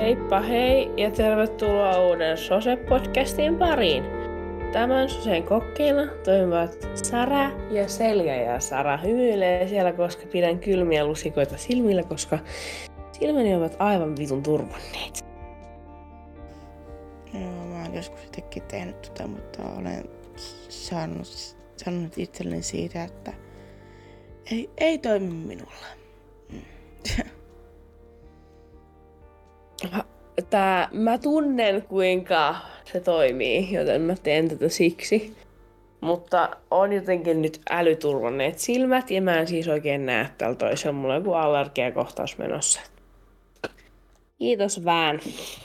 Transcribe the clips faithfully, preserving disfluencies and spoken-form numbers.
Heippa hei ja tervetuloa uuden Sose-podcastin pariin. Tämän Sosen kokkeina toimivat Sara ja Selja, ja Sara hymyilee siellä, koska pidän kylmiä lusikoita silmillä, koska silmäni ovat aivan vitun turvonneet. Joo, mä oon joskus itsekin tehnyt tota, mutta olen saanut, sanonut itselleni siitä, että ei, ei toimi minulla. Tää, mä tunnen kuinka se toimii, joten mä teen tätä siksi. Mutta on jotenkin nyt älyturvanneet silmät ja mä en siis oikein näe tällä toisella. Mulla on joku allergiakohtaus menossa. Kiitos Vään.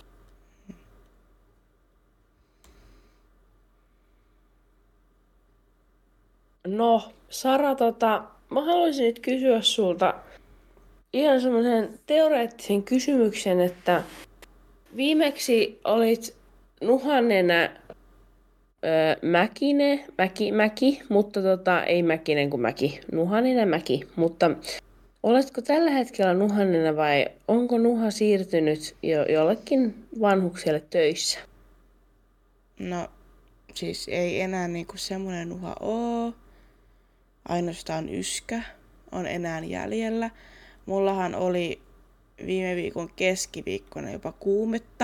No, Sara, tota, mä haluaisin nyt kysyä sulta ihan semmoisen teoreettisen kysymyksen, että viimeksi olit Nuhannenä öö, Mäkinen, Mäki, Mäki, mutta tota, ei Mäkinen kuin Mäki, Nuhannenä Mäki, mutta oletko tällä hetkellä Nuhannenä vai onko Nuha siirtynyt jo jollekin vanhukselle töissä? No, siis ei enää niinku semmoinen Nuha oo. Ainoastaan Yskä on enää jäljellä. Mullahan oli viime viikon keskiviikkona jopa kuumetta.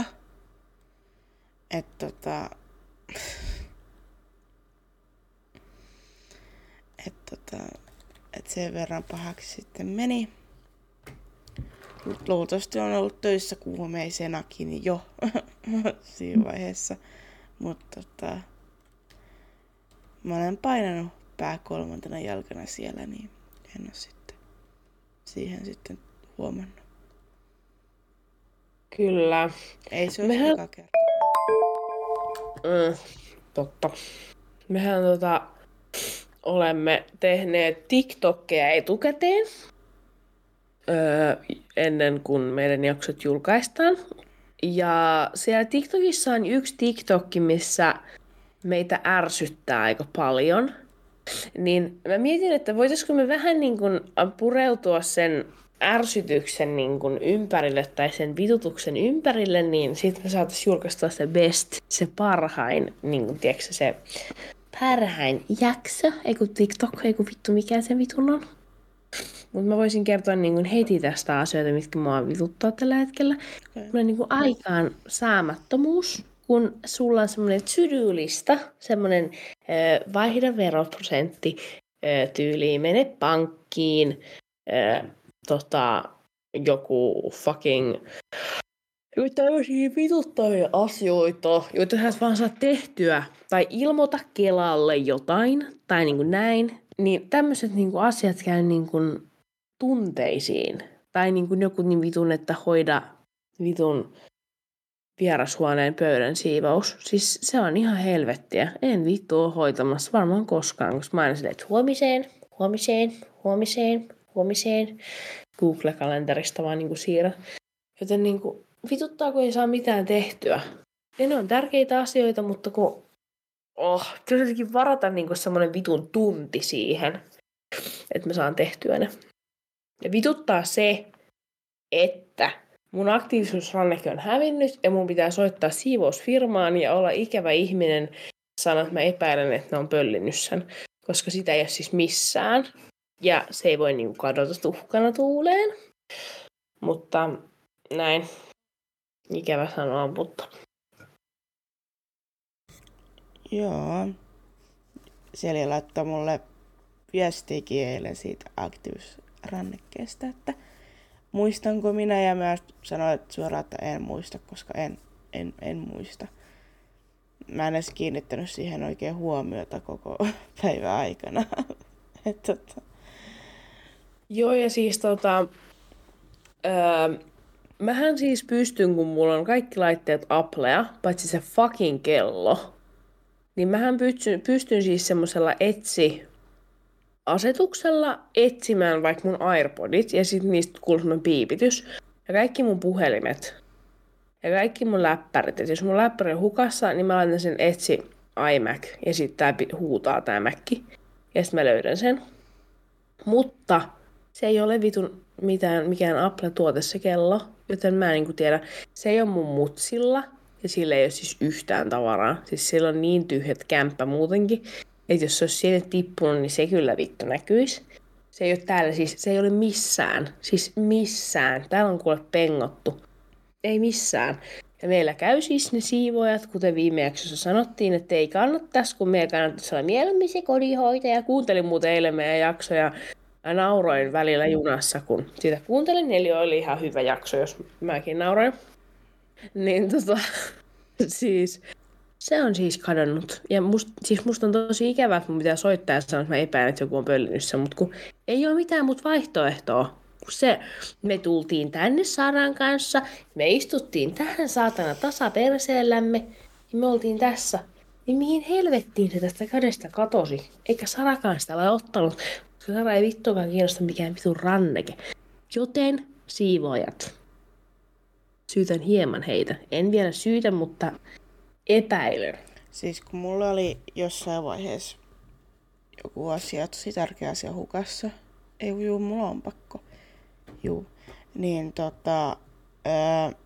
Että tota... että tota... et sen verran pahaksi sitten meni. Luultavasti on ollut töissä kuumeisenakin jo siinä vaiheessa. Mutta tota... mä olen painanut pää kolmantena jalkana siellä, niin en ole sitten siihen sitten huomannut. Kyllä. Ei se ole Mehän... eka kerta. Mm, totta. Mehän tota, olemme tehneet TikTokkeja etukäteen öö, ennen kuin meidän jaksot julkaistaan. Ja siellä TikTokissa on yksi TikTokki, missä meitä ärsyttää aika paljon. Niin mä mietin, että voitaisiko me vähän niin kuin pureutua sen ärsytyksen niin kuin ympärille tai sen vitutuksen ympärille, niin sitten me saataisiin julkaista se best, se parhain, niin kuin tiedätkö, se parhain jakso, ei kun TikTok, ei kun vittu mikään se vitun on. Mutta mä voisin kertoa niin kuin heti tästä asioita, mitkä mua vituttaa tällä hetkellä. Okay. Mulla on niin kuin aikaan saamattomuus, kun sulla on semmoinen to-do-lista, semmoinen äh, vaihda veroprosentti äh, tyyliin, mene pankkiin, äh, tota, joku fucking tämmöisiä vituttavia asioita, joita sä et vaan saa tehtyä, tai ilmoita Kelalle jotain, tai niin kuin näin, niin tämmöiset niin kuin asiat käy niin kuin tunteisiin, tai niin kuin joku niin vitun, että hoida vitun vierashuoneen pöydän siivous. Siis se on ihan helvettiä. En vittu ole hoitamassa varmaan koskaan, koska mä aina silleen, että huomiseen, huomiseen, huomiseen, huomiseen. Google-kalenterista vaan niin kuin siirrän. Joten niin kuin, vituttaa, kun ei saa mitään tehtyä. Ja ne on tärkeitä asioita, mutta kun oh, pitäisi jotenkin varata niin kuin semmoinen vitun tunti siihen, että mä saan tehtyä ne. Ja vituttaa se, että mun aktiivisuusranneke on hävinnyt ja mun pitää soittaa siivousfirmaan ja olla ikävä ihminen sanoa, että mä epäilen, että ne on pöllinyt sen, koska sitä ei ole siis missään. Ja se ei voi niinku kadota tuhkana tuuleen. Mutta näin. Ikävä sanoa, mutta... Joo. Selja laittoi mulle viestiäkin eilen siitä aktiivisuusrannekkeesta, että muistanko minä, ja mä sanoin että suoraan, että en muista, koska en, en, en muista. Mä en edes kiinnittänyt siihen oikein huomiota koko päivän aikana. Et, tota. Joo, ja siis tota... Öö, mähän siis pystyn, kun mulla on kaikki laitteet Applea, paitsi se fucking kello. Niin mähän pystyn, pystyn siis semmosella etsi... asetuksella etsimään vaikka mun AirPodit ja sitten niistä kuuluu semmoinen piipitys. Ja kaikki mun puhelimet. Ja kaikki mun läppärit. Et jos mun läppäri on hukassa, niin mä laitan sen etsi iMac. Ja sitten tää huutaa tää Mac. Ja sitten mä löydän sen. Mutta Se ei ole vitun mitään, mikään Apple-tuote se kello, joten mä en niin kuin tiedä. Se ei ole mun mutsilla ja sillä ei ole siis yhtään tavaraa. Siis sillä on niin tyhjät kämppä muutenkin, että jos se olisi sinne tippunut, niin se kyllä vittu näkyisi. Se ei ole täällä siis, se ei ole missään. Siis missään. Täällä on kuule pengottu. Ei missään. Ja meillä käy siis ne siivoajat, kuten viime jaksossa sanottiin, että ei kannattaisi, kun meidän kannattaisi olla mieluummin se kodinhoitaja. Kuuntelin muuten eilen meidän jaksoja ja nauroin välillä junassa, kun sitä kuuntelin. Eli oli ihan hyvä jakso, jos mäkin nauroin. Niin tota, siis se on siis kadonnut. Ja must, siis musta on tosi ikävää, että mun pitää soittaa ja sanoa, että mä epäilen, että joku on pöllinyt sen, mutta kun ei ole mitään muuta vaihtoehtoa. Kun se, me tultiin tänne Saran kanssa, me istuttiin tähän saatana tasaperseellämme, ja me oltiin tässä. Niin mihin helvettiin se tästä kädestä katosi? Eikä Sarakaan sitä ole ottanut, koska Sara ei vittuakaan kiinnosta mikään vitun ranneke. Joten siivoajat. Syytän hieman heitä. En vielä syytä, mutta epäilen. Siis kun mulla oli jossain vaiheessa joku asia, tosi tärkeä asia hukassa. Ei juu, mulla on pakko. Juu. Niin tota... Öö,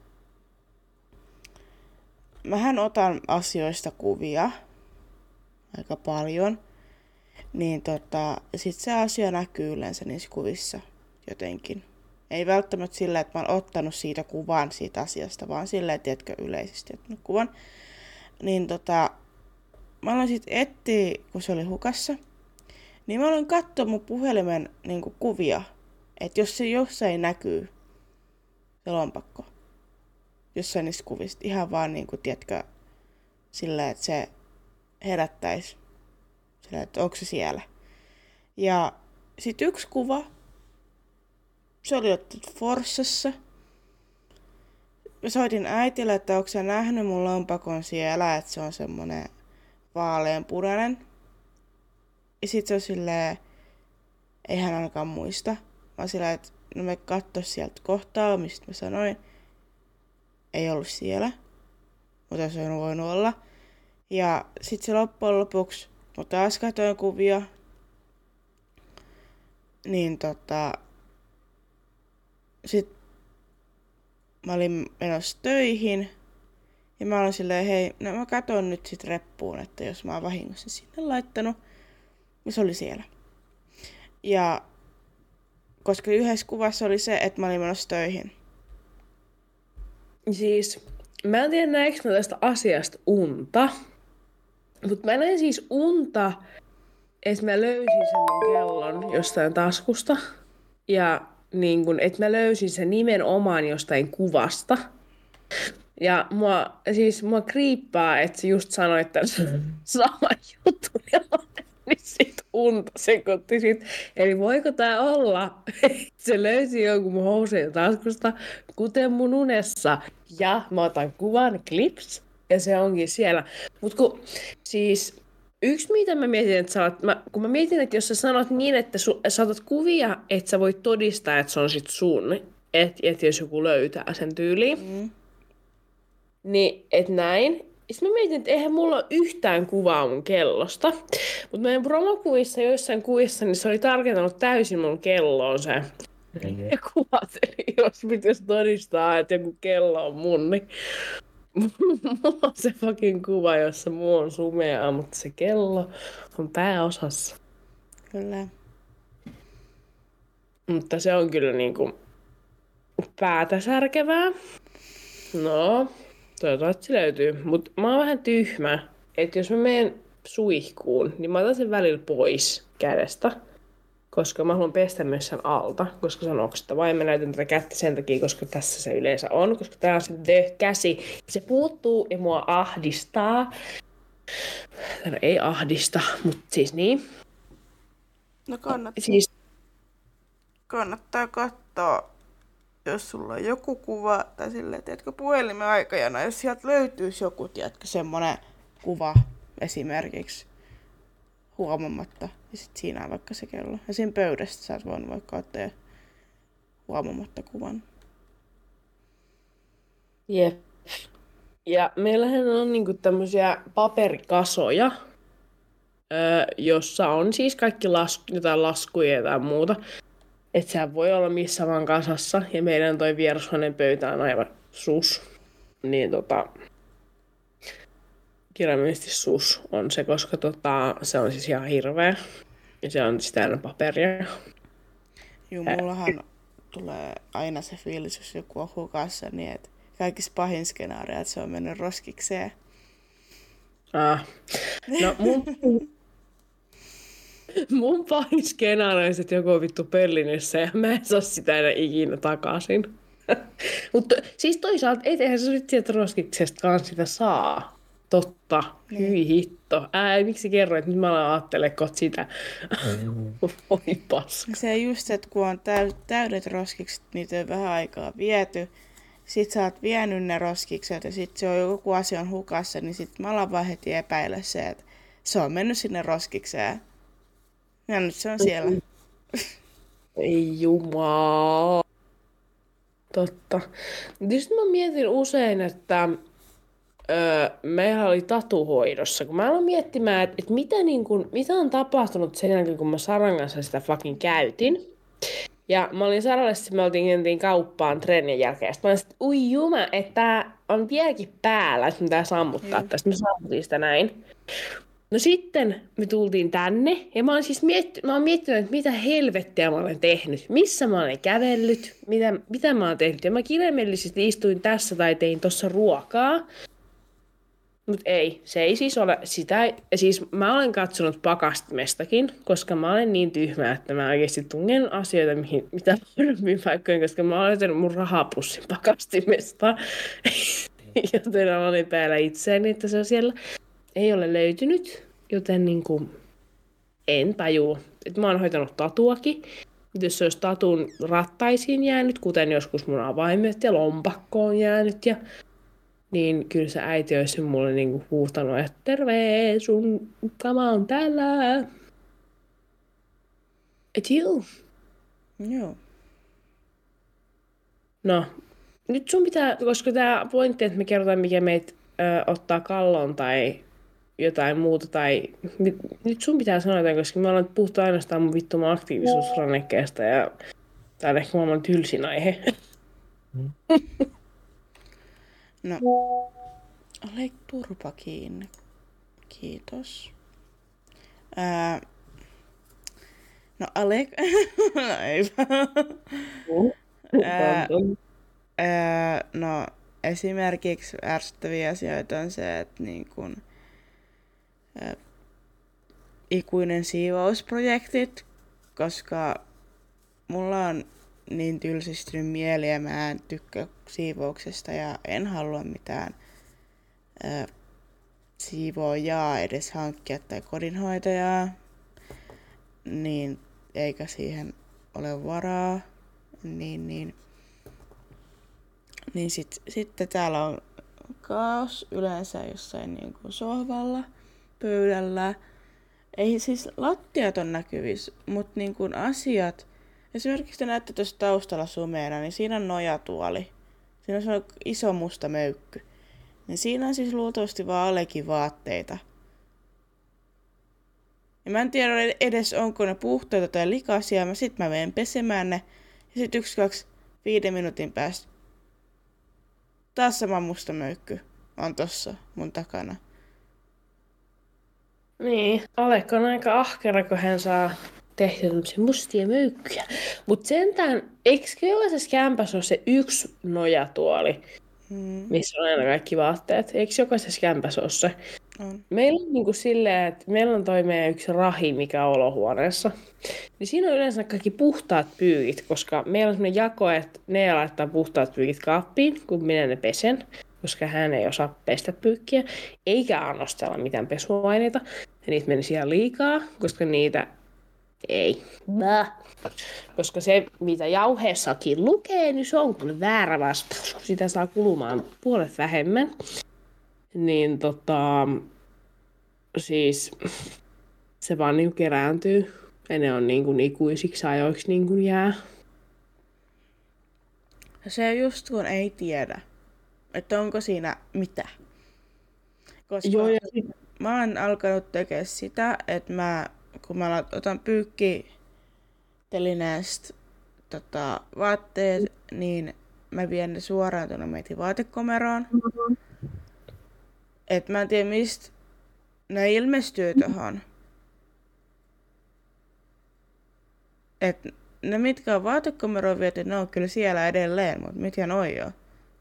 mähän otan asioista kuvia aika paljon. Niin tota... Sit se asia näkyy yleensä niissä kuvissa jotenkin. Ei välttämättä sillä, että mä oon ottanut siitä kuvan siitä asiasta, vaan sillä, että tiedätkö, yleisesti ottanut kuvan. Niin tota... Mä aloin sit etsiä, kun se oli hukassa. Niin mä aloin katsoa mun puhelimen niin kuin kuvia, että jos se jossain näkyy, se lompakko, jossain niistä kuvista, ihan vaan niin kuin, tiedätkö, sillä, että se herättäisi, sillä, että onko se siellä. Ja sit yksi kuva, se oli otettu Forssassa. Mä soitin äitille, että onko sä nähnyt mun lompakon siellä, että se on semmonen vaaleanpunainen. Ja sit se on silleen, ei hän ainakaan muista. Mä silleen, että no me katso sieltä kohtaa, mistä mä sanoin. Ei ollut siellä, mutta se on voinut olla. Ja sit se loppujen lopuksi, mä taas katsoin kuvia. Niin tota, sit mä olin menossa töihin. Ja mä olin silleen, hei, no mä katon nyt sit reppuun, että jos mä oon vahingossa sinne laittanut. Ja se oli siellä. Ja koska yhdessä kuvassa oli se, että mä olin menossa töihin. Siis, mä en tiedä näinkö mä tästä asiasta unta. Mutta mä näin siis unta, että mä löysin sen mun kellon jostain taskusta. Ja niin kun, että mä löysin sen nimenomaan jostain kuvasta. Ja mua, siis mua kriippaa, että sä just sanoit tämän sama jutun ja niin sit unta sekoitti sit. Eli voiko tää olla, että se löysi jonkun mun housujen taskusta, kuten mun unessa. Ja mä otan kuvan, klips, ja se onkin siellä. Mut kun siis yksi mitä mä mietin, että sä oot, mä, kun mä mietin, että jos sä sanot niin, että su, sä otat kuvia, että sä voit todistaa, että se on sit sun, että et jos joku löytää sen tyyliin. Mm. Niin, et näin. Sitten mä mietin, että eihän mulla ole yhtään kuvaa mun kellosta. Mutta meidän promokuvissa, joissain kuvissa, niin se oli tarkentanut täysin mun kelloon se. Ja kuvat, eli jos pitäisi todistaa, että joku kello on mun, niin mulla on se fucking kuva, jossa muu on sumeaa, mutta se kello on pääosassa. Kyllä. Mutta se on kyllä niinku päätä särkevää. No, toivottavasti se löytyy. Mutta mä oon vähän tyhmä, että jos mä menen suihkuun, niin mä otan sen välillä pois kädestä. Koska mä haluan pestä myös sen alta, koska se on oksettavaa. Ja mä näytän tätä kättä sen takia, koska tässä se yleensä on. Koska tää on se käsi. Se puuttuu ja mua ahdistaa. Tämä ei ahdista, mutta siis niin. No kannattaa, siis... kannattaa katsoa, jos sulla on joku kuva, tai silleen, tiedätkö, puhelimen aikajana, jos sieltä löytyisi joku, tiedätkö, semmoinen kuva esimerkiksi huomaamatta, ja sit siinä on vaikka se kello. Ja siinä pöydästä sä oot voinut vaikka ottaa huomaamatta kuvan. Jep. Ja meillähän on niinku tämmöisiä paperikasoja, öö, jossa on siis kaikki lasku, jotain laskuja ja jotain muuta. että sehän voi olla missä vaan kasassa, ja meidän toi vierashuoneen pöytä on aivan sus. Niin tota, kirjaimellisesti sus on se, koska tota, se on siis ihan hirveä. Ja se on siis täynnä paperia. Juu, mullahan tulee aina se fiilis, jos joku on hukassa, niin että kaikista pahin skenaario, että se on mennyt roskikseen. Ah. No mun, mun pahin skenaario on, että joku on vittu Berliinissä ja mä en saa sitä enää ikinä takaisin. Mutta siis toisaalta eihän se nyt sieltä roskiksestakaan sitä saa. Totta. Niin. Hyi hitto. Ää, miksi kerroit? Nyt mä alan ajattelemaan kot sitä. Voi paska. Se just, että kun on täy- täydet roskikset, niitä on vähän aikaa viety. Sit sä oot vienyt ne roskikset ja sit se on joku asia on hukassa, niin sit mä alan vaan heti epäillä se, että se on mennyt sinne roskikseen. Ja nyt se on siellä. Ei jumaa. Totta. Tietysti mä mietin usein, että öö, meillä oli tatuhoidossa, kun mä aloin miettimään, että, että mitä, niin kun, mitä on tapahtunut sen jälkeen, kun mä Saran kanssa sitä fucking käytin. Ja mä olin Saralle, sitten me oltiin mentiin kauppaan treenin jälkeen. Sitten mä olin, että ui juma, että tää on vieläkin päällä, että me tää sammuttaa tästä. Me sammutin sitä näin. No sitten me tultiin tänne, ja mä oon siis mietti, mä oon miettinyt, että mitä helvettiä mä olen tehnyt. Missä mä olen kävellyt, mitä, mitä mä oon tehnyt. Ja mä kirjaimellisesti istuin tässä tai tein tossa ruokaa. Mut ei, se ei siis ole sitä. Siis mä olen katsonut pakastimestakin, koska mä olen niin tyhmä, että mä oikeasti tungen asioita, mihin, mitä varmiin paikkoihin, koska mä olen löytänyt mun rahapussin pakastimesta. Joten olen epäillä itseäni, että se on siellä. Ei ole löytynyt, joten niin kuin en tajua. Et mä oon hoitanut tatuakin. Jos se olisi tatun rattaisiin jäänyt, kuten joskus mun avaimet ja lompakko on jäänyt, ja, niin kyllä se äiti olisi mulle niin kuin huutanut, että terve, sun kama on täällä. Et juu. Joo. No, nyt sun pitää, koska tää pointti, että me kerrotaan, mikä meitä ö, ottaa kalloon tai jotain muuta, tai nyt sun pitää sanoa jotain, koska me ollaan puhuttu ainoastaan mun vittu mun aktiivisuusrannekkeesta, ja tää on ehkä maailman tylsin aihe. No, ole turpa kiinni. Kiitos. Ää, no, Alek... Eipä. Ää, ää, no, esimerkiksi ärsyttäviä asioita on se, että niin kun, ää, ikuinen siivousprojektit, koska mulla on niin tylsistynyt mieli ja mä en tykkää siivouksesta ja en halua mitään ää, siivoojaa edes hankkia tai kodinhoitajaa, niin eikä siihen ole varaa, niin, niin, niin sit, sitten täällä on kaos yleensä jossain niin kuin sohvalla, pöydällä. Ei siis lattiat on näkyvissä, mutta niin kuin asiat, esimerkiksi te näette tuossa taustalla sumeena, niin siinä on nojatuoli. Siinä on se iso musta möykky. Niin siinä on siis luultavasti vaan Alekin vaatteita. Ja mä en tiedä edes onko ne puhtaita tai likaisia. Mä sit mä menen pesemään ne. Ja sit yksi, kaksi, viiden minuutin päästä. Taas sama musta möykky on tossa mun takana. Niin, Alekko on aika ahkera, kun hän saa tehtyä tämmöisiä mustia möykkyjä. Mut sentään, eikö jokaisessa kämpässä ole se yksi nojatuoli, Hmm. missä on aina kaikki vaatteet? Eikö jokaisessa kämpässä ole se? On. Meillä on niinku silleen, että meillä on toi meidän yksi rahi, mikä on olohuoneessa. Niin siinä on yleensä kaikki puhtaat pyykit, koska meillä on sellainen jako, että ne laittaa puhtaat pyykit kaappiin, kun minä ne pesen, koska hän ei osaa pestä pyykkiä, eikä annostella mitään pesuaineita. Ja niitä menisi ihan liikaa, koska niitä ei. Bäh. Koska se, mitä jauheessakin lukee, niin se on kyllä väärä vastaus. Sitä saa kulumaan puolet vähemmän. Niin tota, siis se vaan niinku kerääntyy. Ja ne on niinku ikuisiksi ajoiksi niinku jää. Se just kun ei tiedä, että onko siinä mitä. Koska Joo, ja mä oon alkanut tekemään sitä, että mä, kun mä otan pyykkitelineestä tota, vaatteet, niin mä vien ne suoraan tuonne meidän vaatekomeroon. Mm-hmm. Et mä en tiedä, mistä ne ilmestyy tuohon. Et ne, mitkä on vaatekomeroon viety, ne on kyllä siellä edelleen, mutta mitkä noi on?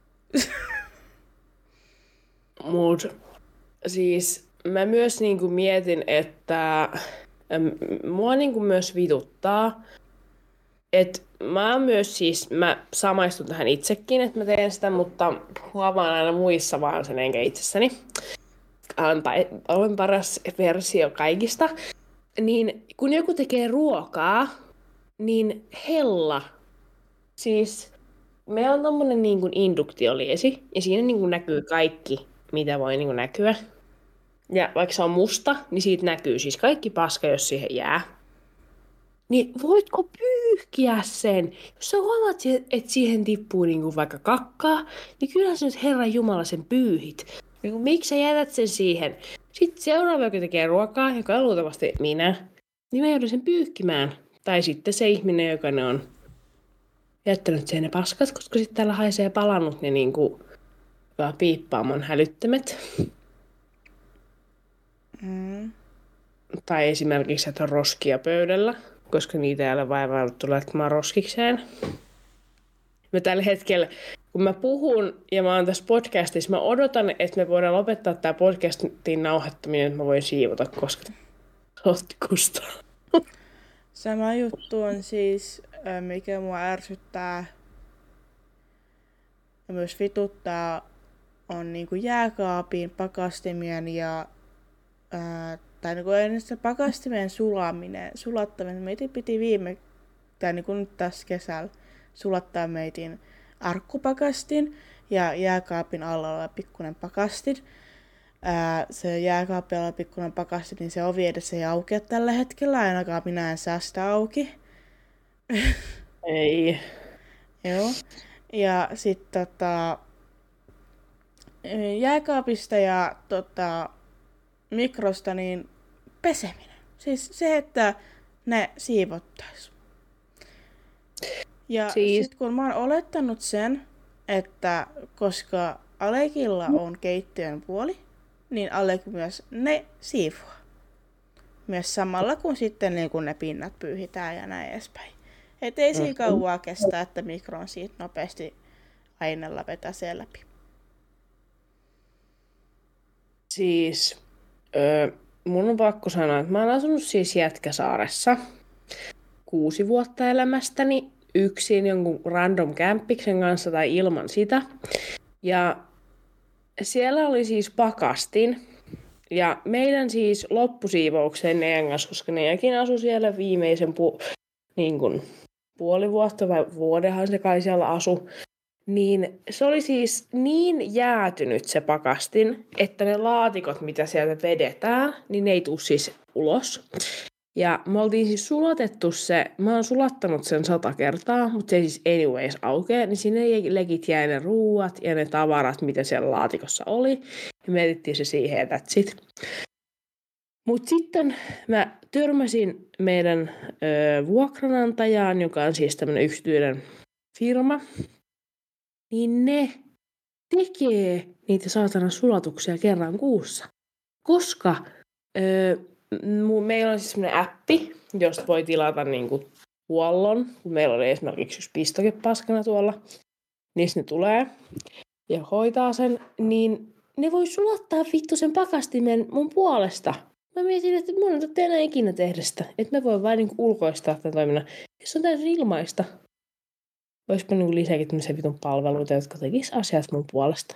Mut siis mä myös niinku mietin, että äm, mua niinku myös vituttaa, että mä myös siis, mä samaistun tähän itsekin, että mä teen sitä, mutta huomaan aina muissa vaan sen enkä itsessäni. Tai olen paras versio kaikista. Niin kun joku tekee ruokaa, niin hella. Siis meillä on tommonen niin kuin induktioliesi, ja siinä niin kuin näkyy kaikki, mitä voi niin kuin näkyä. Ja vaikka se on musta, niin siitä näkyy siis kaikki paska, jos siihen jää. Niin voitko pyyhkiä sen? Jos sä huomaat, että siihen tippuu niin kuin vaikka kakkaa, niin kyllä sä nyt Herran Jumala sen pyyhit. Niin kuin, miksi sä jätät sen siihen? Sitten seuraava, joka tekee ruokaa, joka on luultavasti minä, niin mä joudun sen pyyhkimään. Tai sitten se ihminen, joka ne on jättänyt sen ne paskat, koska sitten täällä haisee palannut ne niinku piippaamaan hälyttämet. Mm. Tai esimerkiksi, että on roskia pöydällä, koska niitä ei ole vaivauduttu laittamaan roskikseen. Mä tällä hetkellä, kun mä puhun ja mä oon tässä podcastissa, mä odotan, että me voidaan lopettaa tää podcastin nauhoittaminen, että mä voin siivota, koska sotkusta. Sama juttu on siis, mikä mua ärsyttää ja myös vituttaa, on niinku jääkaapin, pakastimien ja ää, tai niinku ennen pakastimien sulaminen, sulattaminen. Meitä piti viime, tai niinku nyt tässä kesällä, sulattaa meitin arkkupakastin ja jääkaapin alla oleva pikkuinen pakastin. Ää, se jääkaapin alla pikkuinen pakastin, niin se ovi edessä ei aukea tällä hetkellä, ainakaan minä en saa sitä auki. Ei. Joo. Ja sit tota, jääkaapista ja tota, mikrosta niin peseminen. Siis se, että ne siivottais. Ja siis... sit kun mä oon olettanut sen, että koska Alekilla on keittiön puoli, niin Alek myös ne siivoaa. Myös samalla kun sitten niin kun ne pinnat pyyhitään ja näin edespäin. Et ei siinä kauaa kestä, että mikron siitä nopeasti aineella vetäsee läpi. Siis, öö, mun on pakko sanoa, että mä oon asunut siis Jätkäsaaressa kuusi vuotta elämästäni yksin jonkun random kämppiksen kanssa tai ilman sitä. Ja siellä oli siis pakastin. Ja meidän siis loppusiivoukseen neidän kanssa, koska neidänkin asui siellä viimeisen pu- niin kuin puoli vuotta vai vuodenhan se kai siellä asu. Niin se oli siis niin jäätynyt se pakastin, että ne laatikot, mitä sieltä vedetään, niin ne ei tule siis ulos. Ja me oltiin siis sulatettu se, mä oon sulattanut sen sata kertaa, mutta se ei siis anyways aukea, niin sinne legit jäi ne ruuat ja ne tavarat, mitä siellä laatikossa oli. Ja me etittiin se siihen ja that's it. Mutta sitten mä törmäsin meidän ö, vuokranantajaan, joka on siis tämmöinen yksityinen firma. Niin ne tekee niitä saatana sulatuksia kerran kuussa. Koska öö, meillä on siis semmoinen appi, josta voi tilata niinku huollon. Meillä oli esimerkiksi yksi pistoke paskana tuolla, niistä ne tulee ja hoitaa sen. Niin ne voi sulattaa vittu sen pakastimen mun puolesta. Mä mietin, että mun ei tarvitse enää ikinä tehdä sitä. Että me voi vain niinku ulkoistaa tämän toiminnan. Se on täysin ilmaista. Olisiko niinku lisääkin tämmöisiä vitun palveluita, jotka tekis asiat mun puolesta?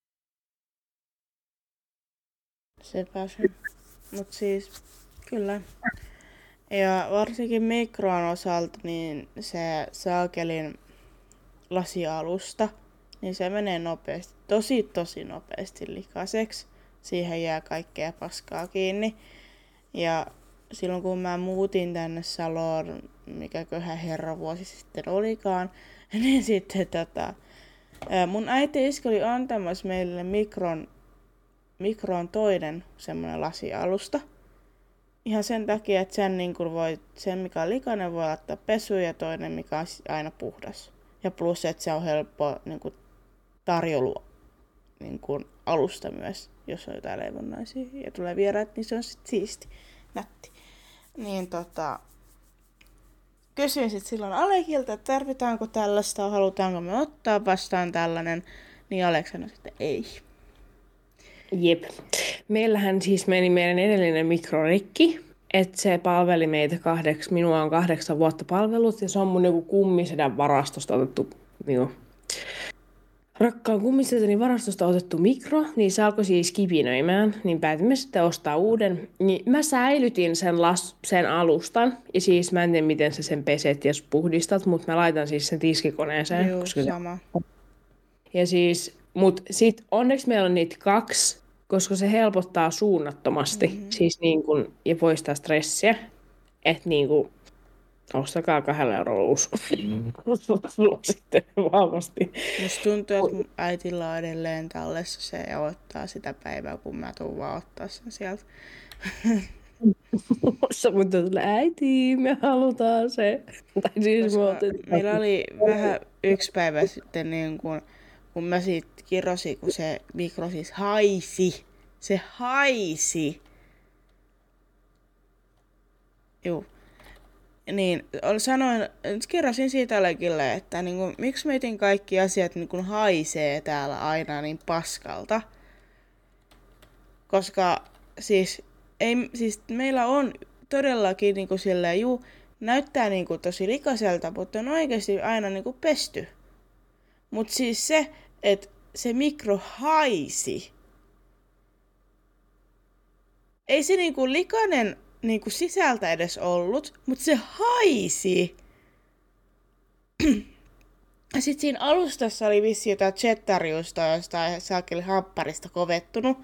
Sepä se. Mut siis, kyllä. Ja varsinkin mikron osalta, niin se saakelin lasialusta, niin se menee nopeasti, tosi tosi nopeasti likaiseksi. Siihen jää kaikkea paskaa kiinni. Ja silloin kun mä muutin tänne Saloon, mikäköhän herra vuosi sitten olikaan, niin sitten tota, mun äiti iski oli antamassa meille mikron, mikron toinen semmoinen lasialusta. ihan sen takia, että sen, niin kuin voi, sen mikä on likainen voi laittaa pesuun ja toinen mikä on aina puhdas. Ja plus, että se on helppo niin kuin tarjoulu niin kuin alusta myös, jos on jotain leivonnaisia ja tulee vieraat, niin se on sitten siisti, nätti. Niin tota, kysyin sitten silloin Alekilta, että tarvitaanko tällaista, halutaanko me ottaa vastaan tällainen, niin Alek sanoi, että ei. Jep. Meillähän siis meni meidän edellinen mikrorikki, että se palveli meitä kahdeksi, minua on kahdeksan vuotta palvelut ja se on mun joku kummisedän varastosta otettu, minun rakkaan kummisedäni varastosta otettu mikro, niin se alkoi siis kipinöimään, niin päätimme sitten ostaa uuden. Niin mä säilytin sen, las, sen alustan ja siis mä en tiedä miten sä sen peset ja puhdistat, mutta mä laitan siis sen tiskikoneeseen. Joo, koska sama. Ja siis, mut sit onneksi meillä on niitä kaksi, koska se helpottaa suunnattomasti. Mm-hmm. Siis niin kun, ja poistaa stressiä. Että niin kun, ostakaa kahdella eurolla uusi. Sitten vahvasti. Musta tuntuu, että mun äitillä on edelleen tallessa se ja ottaa sitä päivää, kun mä tuun vaan ottaa sen sieltä. Sä mutta tulee, äiti, me halutaan se. Tai siis meillä oli vähän yksi päivä sitten, niin kun, kun mä siitä kirosin, kun se mikro siis haisi. Se haisi. Juu. Niin, sanoin, kirjasin siitä Alekille, että niin kuin, miksi meitin kaikki asiat niin kuin, haisee täällä aina niin paskalta. Koska siis, ei, siis meillä on todellakin niin kuin, silleen, juu, näyttää niin kuin, tosi likaiselta, mutta on oikeasti aina niin kuin, pesty. Mutta siis se, että se mikro haisi. Ei se niin kuin, likainen niin kuin sisältä edes ollut, mutta se haisi. Ja sit siinä alustassa oli vissi jotain cheddariusta jostain saakeli hampparista kovettunut.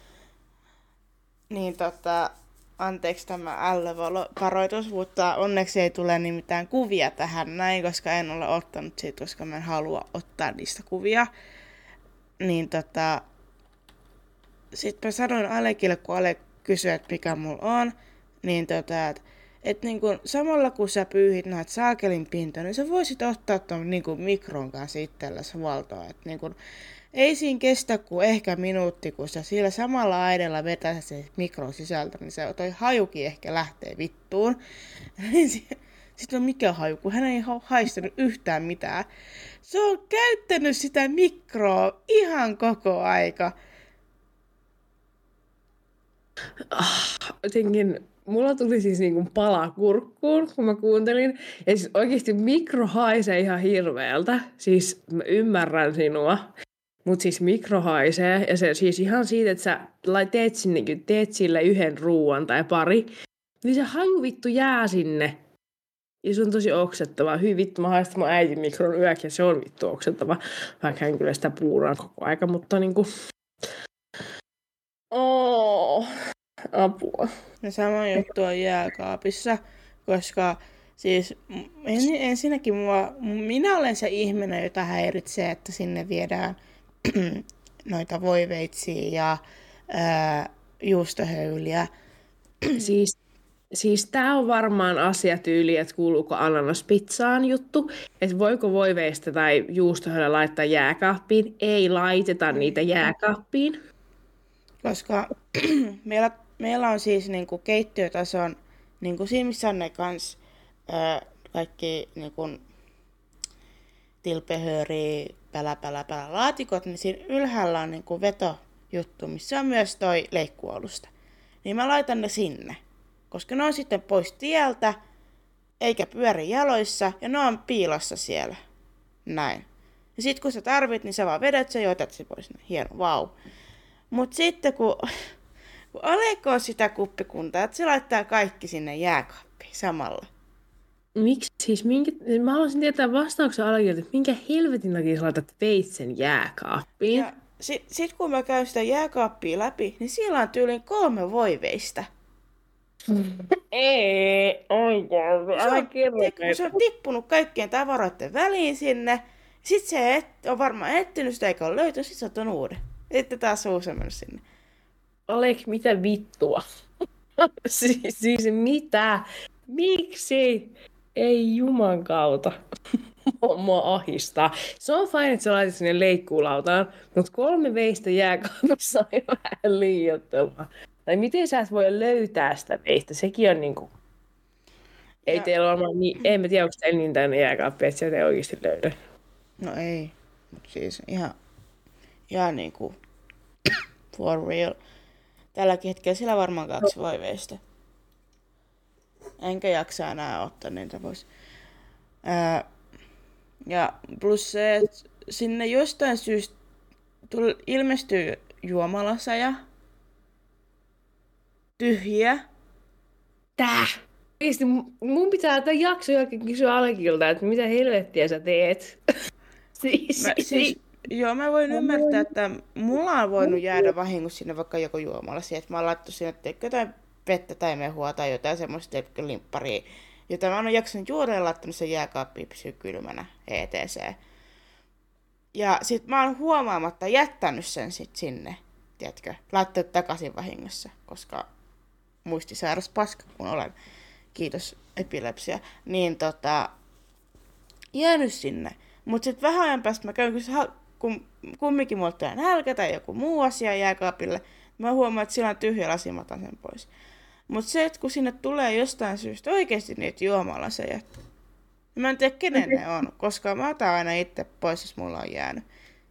Niin tota, anteeksi tämä ällövaroitus, mutta onneksi ei tule niin mitään kuvia tähän näin, koska en ole ottanut siitä, koska mä en halua ottaa niistä kuvia. Niin tota, sit mä sanoin Alekille, kun Alek kysyi, että mikä mulla on, niin tota, että et niinku, samalla kun sä pyyhit näitä saakelin pintoja, niin sä voisit ottaa tuon niinku, mikron kanssa itsellesi huoltoa. Et, niinku, ei siinä kestä kuin ehkä minuutti, kun sä sillä samalla aidella vetää se mikron sisältä, niin se toi hajukin ehkä lähtee vittuun. Sitten on mikä haju, kun hän ei haistanut yhtään mitään. Se on käyttänyt sitä mikroa ihan koko aika. Ah, jotenkin, mulla tuli siis niinku pala kurkkuun, kun mä kuuntelin. Ja siis oikeasti mikro haisee ihan hirveältä. Siis mä ymmärrän sinua. Mutta siis mikro haisee. Ja se siis ihan siitä, että sä teet, sinne, teet sille yhden ruuan tai pari. Niin se haju vittu jää sinne. Ja se on tosi oksettavaa. Hyvin vittu, mä haistan mun äitin mikron yökin ja se on vittu oksettavaa. Vaikka en kyllä sitä puuraan koko aika, mutta niinku... Oh. Apua. Ja sama juttu on jääkaapissa, koska siis en, ensinnäkin mua, minä olen se ihminen, jota häiritsee, että sinne viedään noita voiveitsiä ja ää, juustohöyliä. Siis, siis tää on varmaan asiatyyli, että kuuluuko ananaspizzaan juttu, että voiko voiveista tai juustohöyliä laittaa jääkaappiin. Ei laiteta niitä jääkaappiin. Koska meillä, meillä on siis niinku keittiötason, niinku siinä missä on ne kans ää, kaikki niinku, tilpehööri, pälä, pälä, pälä laatikot, niin siinä ylhäällä on niinku vetojuttu, missä on myös toi leikkualusta. Niin mä laitan ne sinne, koska ne on sitten pois tieltä, eikä pyöri jaloissa, ja ne on piilossa siellä. Näin. Ja sit kun sä tarvit, niin sä vaan vedät sen ja otat sen pois. Hieno, vau. Wow. Mut sitten kun, kun Aleko sitä kuppikuntaa, että se laittaa kaikki sinne jääkaappiin samalla. Miksi? Siis minkä, mä haluaisin tietää vastauksen Alekilta, että minkä helvetin takia sä laitat veitsen jääkaappiin? Ja sit, sit kun mä käyn sitä jääkaappia läpi, niin siellä on tyyliin kolme voiveista. Ei, oikein. Se on, kun se on tippunut kaikkien tavaroiden väliin sinne, sit se et, on varmaan etsinyt sitä eikä ole löytynyt, sit sä otan uuden. Sitten taas uusi mennyt sinne. Alek, mitä vittua? siis, siis mitä? Miksi? Ei juman kautta. Mua, mua ahistaa. Se on fine, että sä laitat sinne leikkuulautaan, mutta kolme veistä jääkaapissa on jo vähän liioittelua. Tai miten sä et voi löytää sitä veistä? Sekin on niinku... Ei Ja, teillä varmaan niin... En mä tiedä, onko teillä niin täynnä jääkaappi, että sieltä ei oikeasti löydä. no ei, mutta siis ihan, ihan niinku for real. Tälläkin hetkellä sillä varmaan kaksi voiveista. Enkä jaksa enää ottaa niitä pois. Ää, ja plus se, että sinne jostain syystä tuli, ilmestyy juomalaseja. Tyhjiä. Tää! Oikeesti mun pitää tämän jakson jälkeen kysyä Alekilta, että mitä helvettiä sä teet. siis, Mä, siis, joo, mä voin ymmärtää, että mulla on voinut jäädä vahingossa sinne vaikka joku juomalasi, että mä oon laittu sinne teikö jotain vettä tai mehua tai jotain semmoista teikö limpparia, jota mä oon jaksanut juoda ja laittanut sen jääkaappiin pysyä kylmänä, et cetera. Ja sit mä oon huomaamatta jättänyt sen sit sinne, tiedätkö, laittanut takaisin vahingossa, koska muistisairas paska kun olen, kiitos epilepsia, niin tota, jäänyt sinne. Mut sit vähän ajan päästä mä käyn, kun, se, kun kumminkin mulla tulee nälkä tai joku muu asia jääkaapille, mä huomaan, että sillä on tyhjä lasi, mä otan sen pois. Mut se, että kun sinne tulee jostain syystä oikeesti niitä juomalaseja, niin mä en tiedä kenen ne on, koska mä otan aina itse pois, jos mulla on jäänyt.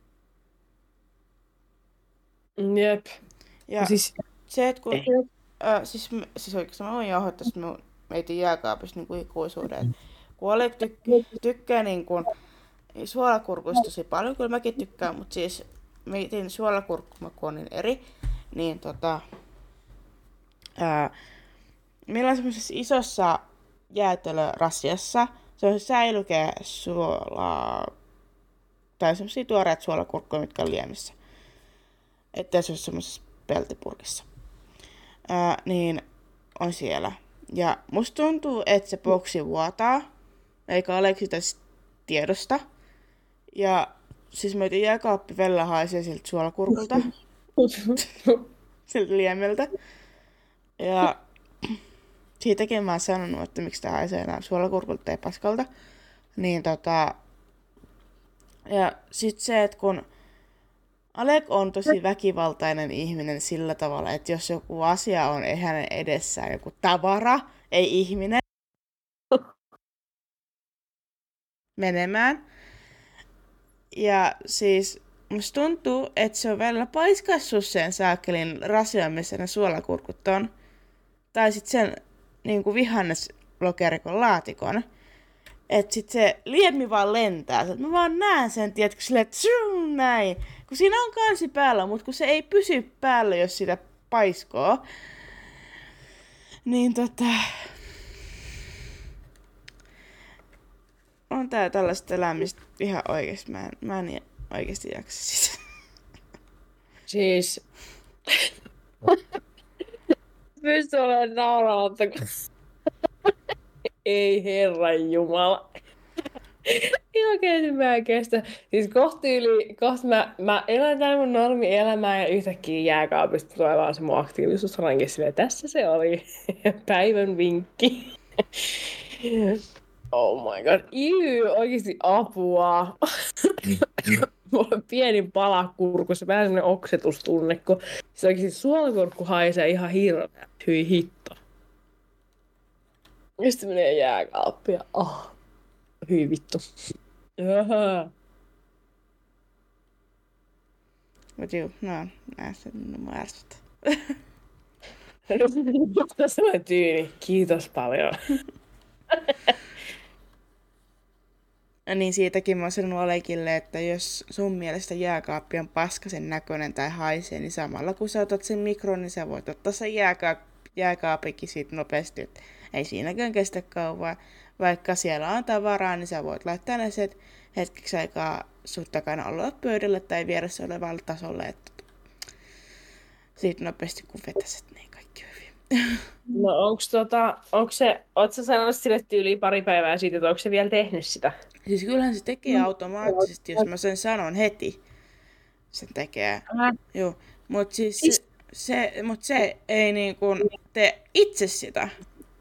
Jep. Ja Siis, se, että kun... Äh, siis, siis oikeastaan mä voin jauhoittaa sit mun meitin jääkaapista niin ikuisuuden. Kun Oleg tyk- tykkää niin kuin suolakurkuista tosi paljon, kyllä mäkin tykkään, mutta siis meitin suolakurkkumaku on niin eri, niin tota... Ää, meillä on semmoisessa isossa jäätelörasiassa, se on se säilykeä suolaa, tai semmosia tuoreet suolakurkkuja, mitkä on liemissä. Ettei se ole semmoisessa peltipurkissa. Ää, niin on siellä. Ja musta tuntuu, että se boksi vuotaa, eikä ole sitä tiedosta. Ja siis mä otin jääkaappi vellä haisee siltä suolakurkulta, siltä liemeltä. Ja siitäkin mä oon sanonut, että miksi tää haisee enää suolakurkulta ja paskalta. Niin tota... Ja sit se, että kun Alek on tosi väkivaltainen ihminen sillä tavalla, että jos joku asia on, ei hänen edessään joku tavara, ei ihminen, menemään. Ja siis musta tuntuu, että se on välillä paiskassut sen saakelin rasion, missä ne suolakurkut on. Tai sit sen niin kuin vihanneslokerikon laatikon. Että sit se liemi vaan lentää. Mä vaan näen sen, tiedätkö, silleen, että tsyum, näin. Kun siinä on kansi päällä, mutta kun se ei pysy päällä, jos sitä paiskoo. Niin tota... On tää tällaista elämistä ihan oikeesti. Mä en, mä en oikeesti jaksa sitä. Siis... Pysty olemaan nauramatta, kun... Ei herran jumala. Ihan oikeesti mä en kestä. Siis kohti yli, kohta mä, mä elän täällä mun normielämää ja yhtäkkiä jääkaapista tulee vaan se mun aktiivisuusranki silleen, tässä se oli. Päivän vinkki. Oh my god. Iy, oikeesti apua. Mulla on pieni pala kurkussa, vähän semmonen oksetustunne, kun se oikeesti suolakurkku haisee ihan hirveä. Hyi hitto. Ja sitten menee jääkaappi ja oh, hyi vittu. Jaha. Mut juu, no, näistä mua ärsyttää. Tässä on tyyni. Kiitos paljon. Ja niin siitäkin mä oon sanonut Alekille, että jos sun mielestä jääkaappi on paskasen näköinen tai haisee, niin samalla kun sä otat sen mikron, niin sä voit ottaa sen jääka- jääkaapikin siitä nopeasti. Et ei siinäkään kestä kauan. Vaikka siellä on tavaraa, niin sä voit laittaa ne set hetkeksi aikaa sun takana olla pöydälle tai vieressä olevalle tasolle. Että siitä nopeasti kun vetäset, niin kaikki on hyvin. No onks tota, onks se, oot sä sanonut sille tyyliin pari päivää siitä, että onko se vielä tehnyt sitä? Siis kyllähän se tekee automaattisesti, jos mä sen sanon heti. Sen tekee. Älä. Joo, mut siis... Siis se, mut se ei niin kuin tee itse sitä.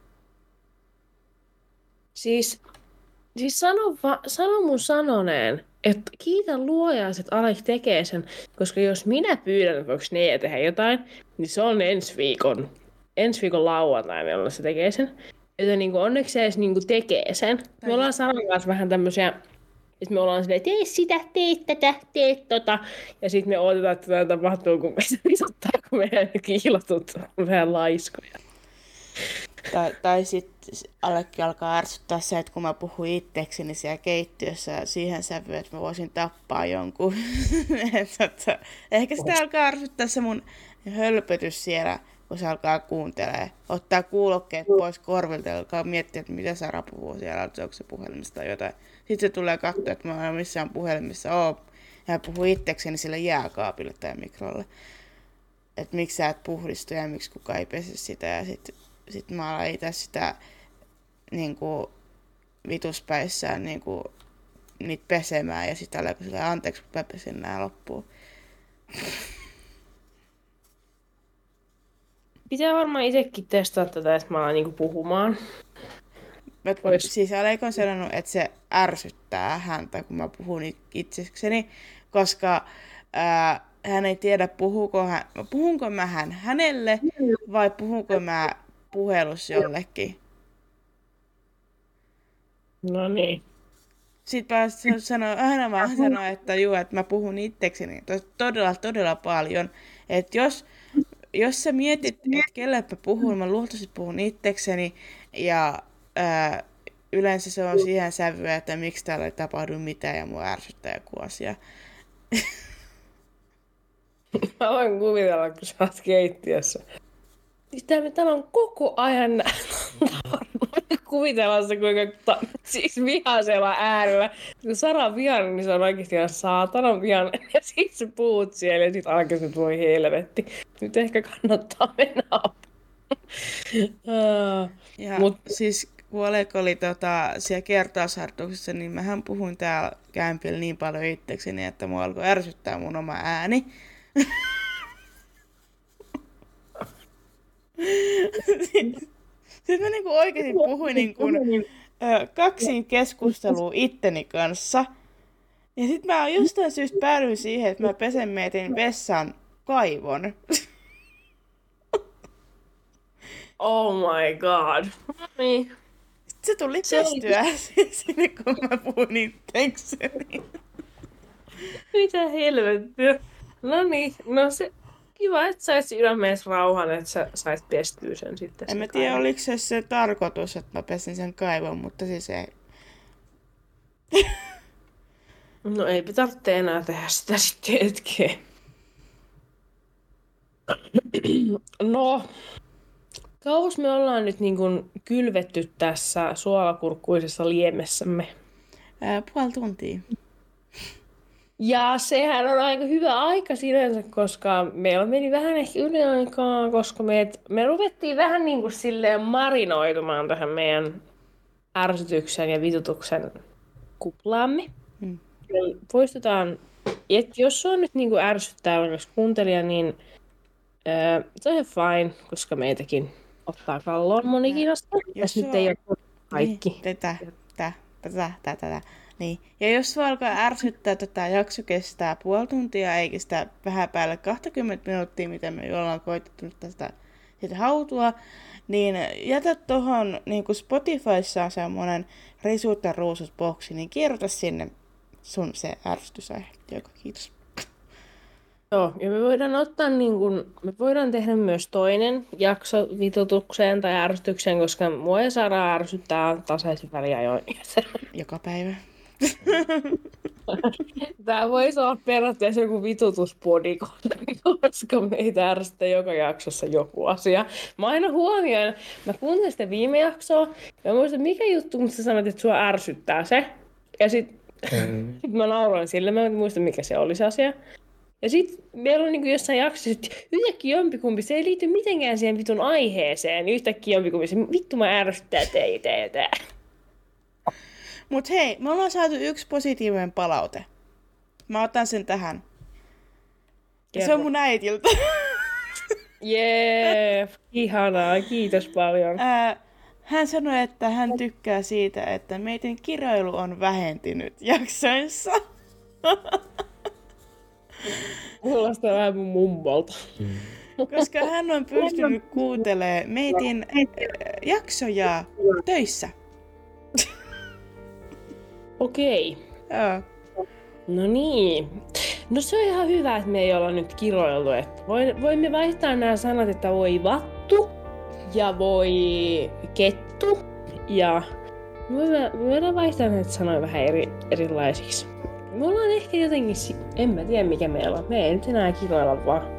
Siis, siis sano, va, sano mun sanoneen, että kiitä luojaa, että Alex tekee sen, koska jos minä pyydän, että voiko ne tehdä jotain, niin se on ensi viikon, ensi viikon lauantaina, jolloin se tekee sen. Joten niin kuin onneksi se edes niin kuin tekee sen. Me ollaan Saran kanssa vähän tämmöisiä, että me ollaan silleen, tee sitä, tee tätä, tee tota. Ja sitten me odotetaan, että tämä tapahtuu, kun meistä pisottaa, kun meidän kiilotut on vähän laiskoja. Tai, tai sitten Alekki alkaa ärsyttää se, että kun mä puhun itsekseni siellä keittiössä siihen sävyyn, että mä voisin tappaa jonkun. että, ehkä sitä alkaa ärsyttää se mun hölpötys siellä, kun se alkaa kuuntelemaan. Ottaa kuulokkeet pois korvilta ja alkaa miettiä, että mitä Sara puhuu siellä, että onko se puhelimesta tai jotain. Sitten se tulee katsoa, että mä en ole missään puhelimessa oo. Ja puhuu itsekseni sille jääkaapille tai mikrolle. Että miksi sä et puhdistu ja miksi kukaan ei pese sitä. Ja sitten sit mä alan itse sitä niinku vituspäissään niinku niitä pesemään ja sitten alkaa silleen, anteeksi, kun mä pesin nää loppuun. Pitää varmaan itsekin testata tätä, että mä alan niinku puhumaan. Mä, siis Alek on sanonut, että se ärsyttää häntä, kun mä puhun itsekseni, koska ää, hän ei tiedä, puhuuko hän, puhunko mä hän hänelle vai puhunko mä puhelussa jollekin. No niin. Sitten mä sanon, aina vaan sanon, että juu, että mä puhun itsekseni todella, todella paljon. Että jos, jos sä mietit, että kelle mä puhun, mä luultavasti puhun itsekseni ja ää, yleensä se on siihen sävyä, että miksi täällä ei tapahdu mitään ja mua ärsyttää joku asia. Mä voin kuvitella, kun sä oot keittiössä. Täällä, täällä on koko ajan kuvitellaan se, kuinka ta- siis vihaisella äärellä. Kun Sara on vihainen, niin se on oikeasti ihan saatanan vihainen. Ja sit sä puhut siellä ja sit alkaa se, voi helvetti. Nyt ehkä kannattaa mennä uh, Ja Mut... siis kun Alek oli tota, siellä kertausharjoituksessa, niin mähän puhuin täällä kämpillä niin paljon itsekseni, että mua alkoi ärsyttää mun oma ääni. Sitten mä niinku oikeasti puhuin niinku, ö, kaksin keskustelua itteni kanssa. Ja sit mä jostain syystä päädyin siihen, että mä pesen mietin vessan kaivon. Oh my god. Niin. Se tuli pestyä sinne, kun mä puhun itsekseni. Mitä helvettiä. No niin, no se kiva, että sait sydämeessä rauhan, että sä sait pestyä sen sitten. En mä tiedä, kaivon. Oliko se se tarkoitus, että mä pesin sen kaivon, mutta siis ei. No eipä tarvitse enää tehdä sitä sitten hetkeen. No, kauas me ollaan nyt niin kuin kylvetty tässä suolakurkkuisessa liemessämme? Ää, puoli tuntia. Ja sehän on aika hyvä aika sinänsä, koska meillä meni vähän ehkä yliaikaa, koska me, me ruvettiin vähän niin kuin silleen marinoitumaan tähän meidän ärsytyksen ja vitutuksen kuplaamme. Hmm. Poistetaan, että jos on nyt niin kuin ärsyttää vaikka kuuntelija, niin äh, se on ihan fine, koska meitäkin ottaa kalloon monikin asia. Jos nyt ei ole kaikki. Niin, tätä, tätä, tätä, tätä, tätä. Niin. Ja jos sua alkaa ärsyttää, että tämä jakso kestää puoli tuntia, eikä sitä vähän päälle kaksikymmentä minuuttia, mitä me ollaan koitettu tästä sitä hautua, niin jätä tuohon, niin kuin Spotifyssa on semmoinen risut ja ruusut boksi, niin kirjoita sinne sun se ärsytysaihe. Joko, kiitos. Joo, ja me voidaan ottaa niin kun, me voidaan tehdä myös toinen jakso vitutukseen tai ärsytykseen, koska mua ja Sara ärsyttää tasaisin väliajoin. Joka päivä. Tämä voisi olla periaatteessa joku vitutuspodi, koska meitä ärsyttää joka jaksossa joku asia. Mä aina huomioin, mä kuuntelin sitä viime jaksoa, ja mä muistan, mikä juttu, kun sä sanoit, että sua ärsyttää se. Ja sit, mm. sit mä nauroin sille, mä en muista, mikä se oli se asia. Ja sit meillä on niinku jossain jaksossa, että yhtäkkiä jompikumpi, se ei liity mitenkään siihen vitun aiheeseen, niin yhtäkkiä jompikumpi, se vittu mä ärsyttää teitä ja tää. Mut hei, me ollaan saatu yksi positiivinen palaute. Mä otan sen tähän. Kerro. Se on mun äitiltä. Jee, ihanaa, kiitos paljon. Ää, hän sanoi, että hän tykkää siitä, että meidän kiroilu on vähentynyt jaksoissa. Kuulostaa vähän mun mummolta. Koska hän on pystynyt kuuntelemaan meidän jaksoja töissä. Okei. Joo. No niin. No se on ihan hyvä, että me ei olla nyt kiroiltu. Että voimme vaihtaa nämä sanat, että voi vattu ja voi kettu. Ja me voidaan vaihtaa näitä sanoja vähän eri, erilaisiksi. Me ollaan ehkä jotenkin, en mä tiedä mikä meillä on. Me ei nyt enää kiroilla vaan.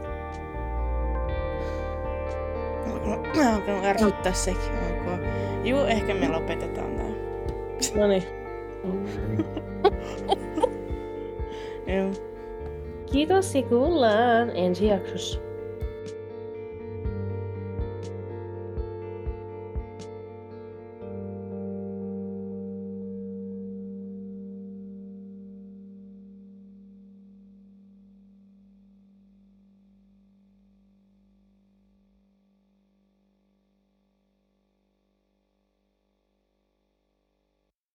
Alkanut ärsyttää sekin. Juu, ehkä me lopetetaan tää. Noniin. Joo. Kiitos ja kuullaan ensi jaksossa.